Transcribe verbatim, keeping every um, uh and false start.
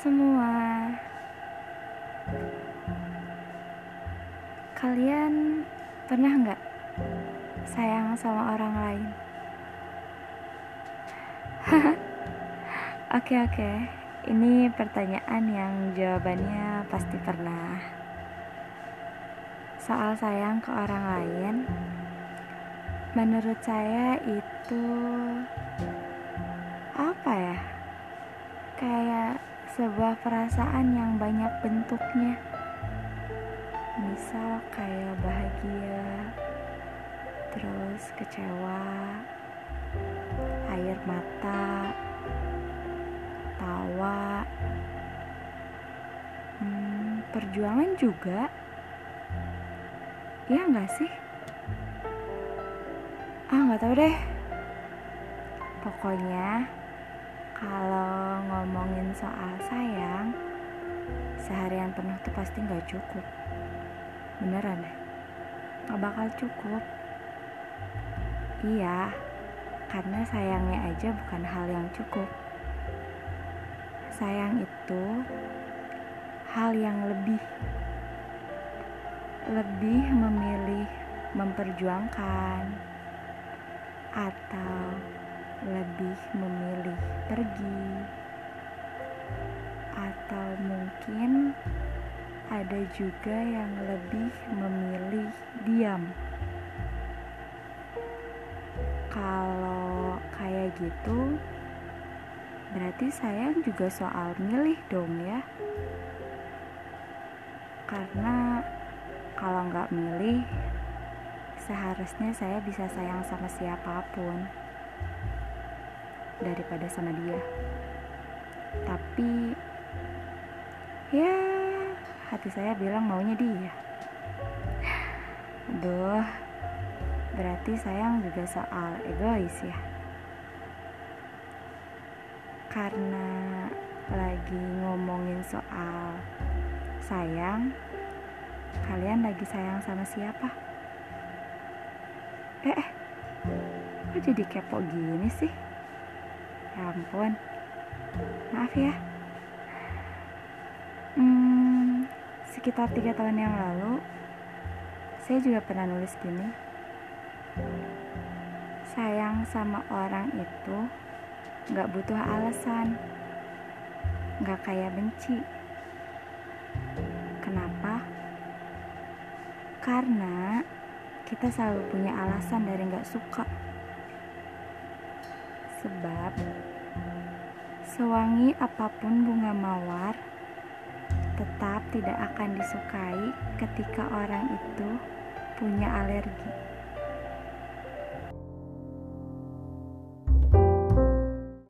semua. Kalian pernah nggak sayang sama orang lain? Oke oke, ini pertanyaan yang jawabannya pasti pernah. Soal sayang ke orang lain, menurut saya itu apa ya? Kayak sebuah perasaan yang banyak bentuknya. Misal kayak bahagia, terus kecewa, air mata, tawa, hmm, perjuangan juga. Ya nggak sih? Ah nggak tahu deh. Pokoknya kalau ngomongin soal sayang, seharian penuh tuh pasti nggak cukup. Beneran deh, nggak bakal cukup. Iya, karena sayangnya aja bukan hal yang cukup. Sayang itu hal yang lebih lebih memilih memperjuangkan atau lebih memilih pergi, atau mungkin ada juga yang lebih memilih diam. Kalau kayak gitu, berarti sayang juga soal milih dong ya. Karena kalau nggak milih, seharusnya saya bisa sayang sama siapapun daripada sama dia. Tapi ya hati saya bilang maunya dia. Aduh, berarti sayang juga soal egois ya. Karena lagi ngomongin soal sayang, kalian lagi sayang sama siapa? Eh, eh kok jadi kepo gini sih? Ya ampun, maaf ya. Hmm, sekitar tiga tahun yang lalu, saya juga pernah nulis gini. Sayang sama orang itu gak butuh alasan, gak kayak benci. Kenapa? Karena kita selalu punya alasan dari gak suka. Sebab sewangi apapun bunga mawar, tetap tidak akan disukai ketika orang itu punya alergi.